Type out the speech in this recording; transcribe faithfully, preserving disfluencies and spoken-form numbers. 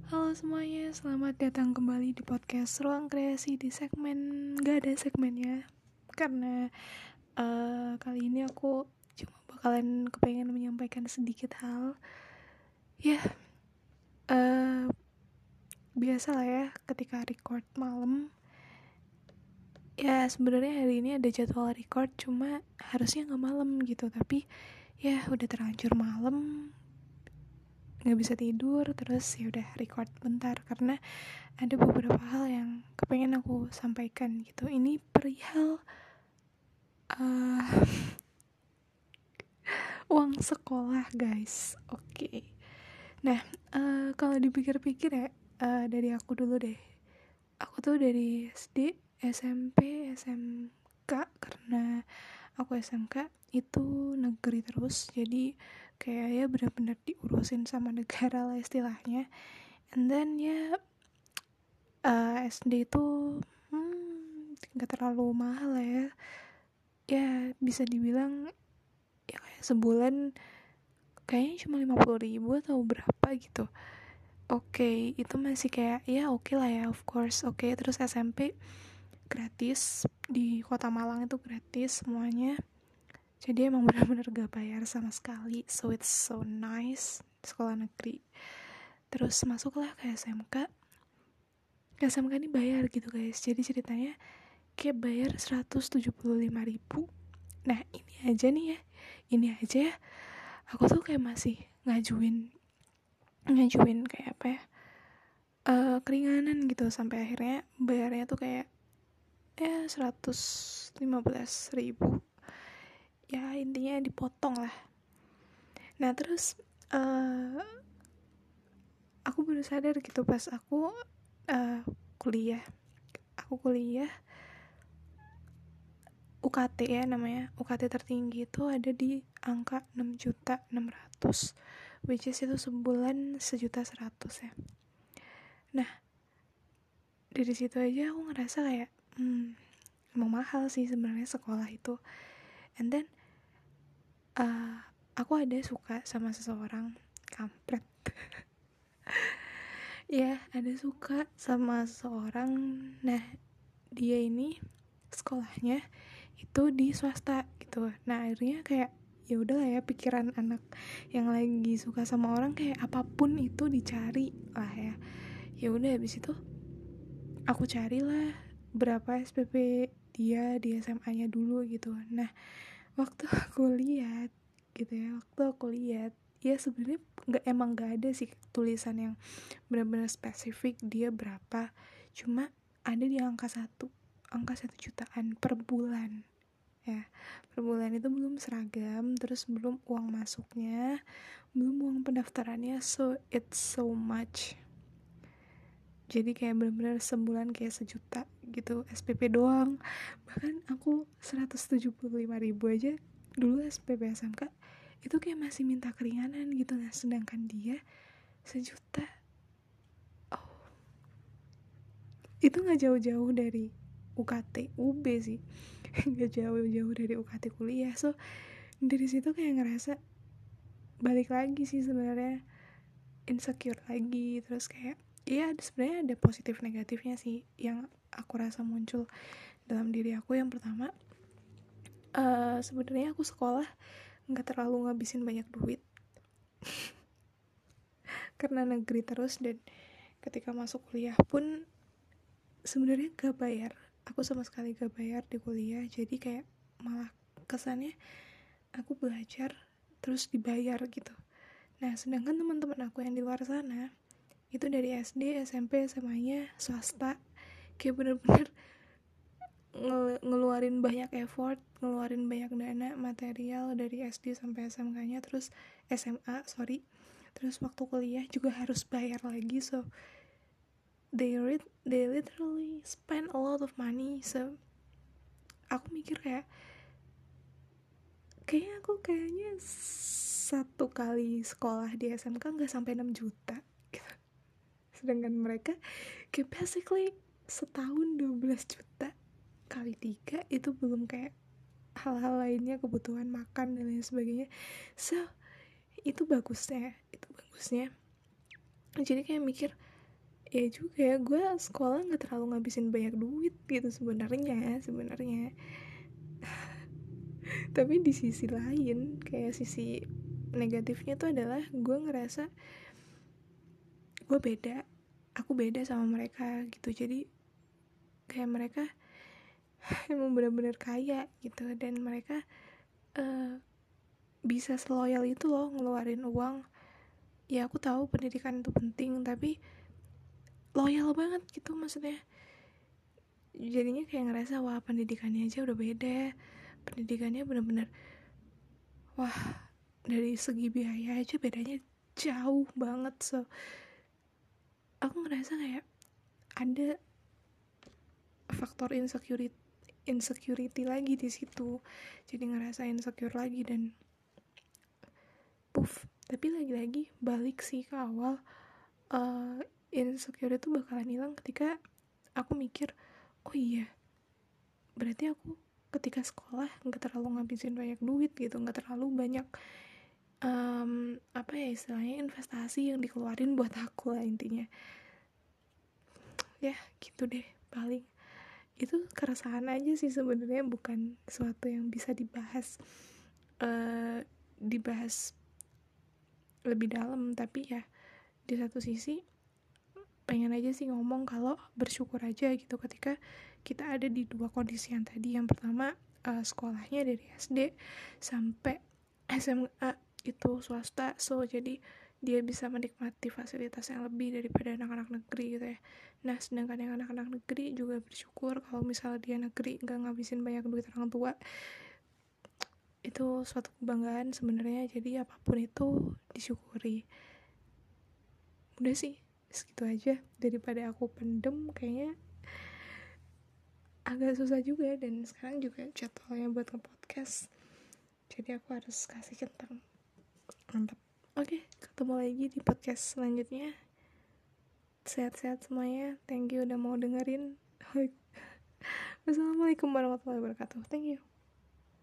Halo semuanya, selamat datang kembali di podcast Ruang Kreasi di segmen gak ada segmennya. Karena uh, kali ini aku cuma bakalan kepengen menyampaikan sedikit hal. Ya, uh, biasa lah ya ketika record malam. Ya sebenarnya hari ini ada jadwal record, cuma harusnya gak malam gitu. Tapi ya udah terlanjur malam, nggak bisa tidur, terus ya udah record bentar karena ada beberapa hal yang kepengen aku sampaikan gitu. Ini perihal uh, uang sekolah guys. Oke, okay. Nah uh, kalau dipikir-pikir ya, uh, dari aku dulu deh. Aku tuh dari S D, S M P, S M K, karena aku S M K itu negeri terus, jadi kayak ya benar-benar diurusin sama negara lah istilahnya. And then ya uh, S D itu hmm, gak terlalu mahal lah ya. Ya bisa dibilang ya kayak sebulan kayaknya cuma lima puluh ribu atau berapa gitu. Oke, okay, itu masih kayak ya oke okay lah ya, of course. Oke, okay. Terus S M P gratis, di Kota Malang itu gratis semuanya. Jadi emang benar-benar gak bayar sama sekali. So it's so nice, sekolah negeri. Terus masuklah ke S M K. S M K ini bayar gitu guys. Jadi ceritanya kayak bayar seratus tujuh puluh lima ribu. Nah ini aja nih ya, ini aja ya, aku tuh kayak masih ngajuin ngajuin kayak apa ya, uh, keringanan gitu, sampai akhirnya bayarnya tuh kayak ya seratus lima belas ribu. Ya intinya dipotong lah. Nah terus uh, aku baru sadar gitu pas aku uh, kuliah aku kuliah U K T ya namanya, U K T tertinggi itu ada di angka enam juta enam ratus, which is itu sebulan sejuta seratus ya. Nah dari situ aja aku ngerasa kayak hmm, emang mahal sih sebenarnya sekolah itu. And then uh, aku ada suka sama seseorang, kampret. Ya ada suka sama seseorang. Nah dia ini sekolahnya itu di swasta gitu. Nah akhirnya kayak ya udahlah ya, pikiran anak yang lagi suka sama orang kayak apapun itu dicari lah ya. Ya udah habis itu aku carilah berapa S P P dia di S M A-nya dulu gitu. Nah waktu aku lihat gitu ya, waktu aku lihat ya sebenarnya nggak emang nggak ada sih tulisan yang benar-benar spesifik dia berapa, cuma ada di angka satu angka satu jutaan per bulan ya. Per bulan itu belum seragam, terus belum uang masuknya, belum uang pendaftarannya. So it's so much. Jadi kayak benar-benar sebulan kayak sejuta gitu S P P doang. Bahkan aku seratus tujuh puluh lima ribu aja dulu S P P S M K itu kayak masih minta keringanan gitu. Nah sedangkan dia sejuta. Oh, itu gak jauh-jauh dari U K T U B sih. Gak jauh-jauh dari U K T kuliah. So dari situ kayak ngerasa balik lagi sih sebenarnya, insecure lagi. Terus kayak iya sebenarnya ada positif negatifnya sih yang aku rasa muncul dalam diri aku. Yang pertama, uh, sebenarnya aku sekolah nggak terlalu ngabisin banyak duit karena negeri terus, dan ketika masuk kuliah pun sebenarnya gak bayar. Aku sama sekali gak bayar di kuliah. Jadi kayak malah kesannya aku belajar terus dibayar gitu. Nah sedangkan teman-teman aku yang di luar sana itu dari S D, S M P, S M A-nya swasta, kayak bener-bener nge- ngeluarin banyak effort, ngeluarin banyak dana material dari S D sampai S M K-nya, terus S M A sorry, terus waktu kuliah juga harus bayar lagi. So they read, they literally spend a lot of money. So aku mikir kayak kayaknya aku kayaknya satu kali sekolah di S M K nggak sampai enam juta gitu. Sedangkan mereka kayak basically setahun dua belas juta kali tiga, itu belum kayak hal-hal lainnya, kebutuhan makan dan lain sebagainya. So itu bagusnya, itu bagusnya. Jadi kayak mikir ya juga ya, gue sekolah nggak terlalu ngabisin banyak duit gitu sebenarnya sebenarnya tapi di sisi lain kayak sisi negatifnya tuh adalah gue ngerasa gue beda, aku beda sama mereka gitu. Jadi kayak mereka emang benar-benar kaya gitu, dan mereka uh, bisa seloyal itu loh ngeluarin uang. Ya aku tahu pendidikan itu penting, tapi loyal banget gitu maksudnya. Jadinya kayak ngerasa wah pendidikannya aja udah beda, pendidikannya benar-benar wah dari segi biaya aja bedanya jauh banget. So aku ngerasa kayak ada faktor insecurity insecurity lagi di situ, jadi ngerasa insecure lagi. Dan puff, tapi lagi-lagi balik sih ke awal, uh, insecure itu bakalan hilang ketika aku mikir oh iya berarti aku ketika sekolah nggak terlalu ngabisin banyak duit gitu, nggak terlalu banyak um, apa ya istilahnya investasi yang dikeluarin buat aku lah intinya. Ya gitu deh, paling itu keresahan aja sih sebenarnya, bukan sesuatu yang bisa dibahas uh, dibahas lebih dalam. Tapi ya di satu sisi pengen aja sih ngomong kalau bersyukur aja gitu ketika kita ada di dua kondisi yang tadi. Yang pertama uh, sekolahnya dari S D sampai S M A itu swasta, so jadi dia bisa menikmati fasilitas yang lebih daripada anak-anak negeri gitu ya. Nah sedangkan yang anak-anak negeri juga bersyukur kalau misalnya dia negeri nggak ngabisin banyak duit orang tua, itu suatu kebanggaan sebenarnya. Jadi apapun itu disyukuri. Udah sih segitu aja, daripada aku pendem kayaknya agak susah juga. Dan sekarang juga jadwalnya buat nge-podcast, jadi aku harus kasih kentang. Mantap. Oke, ketemu lagi di podcast selanjutnya. Sehat-sehat semuanya. Thank you udah mau dengerin. Wassalamualaikum warahmatullahi wabarakatuh. Thank you.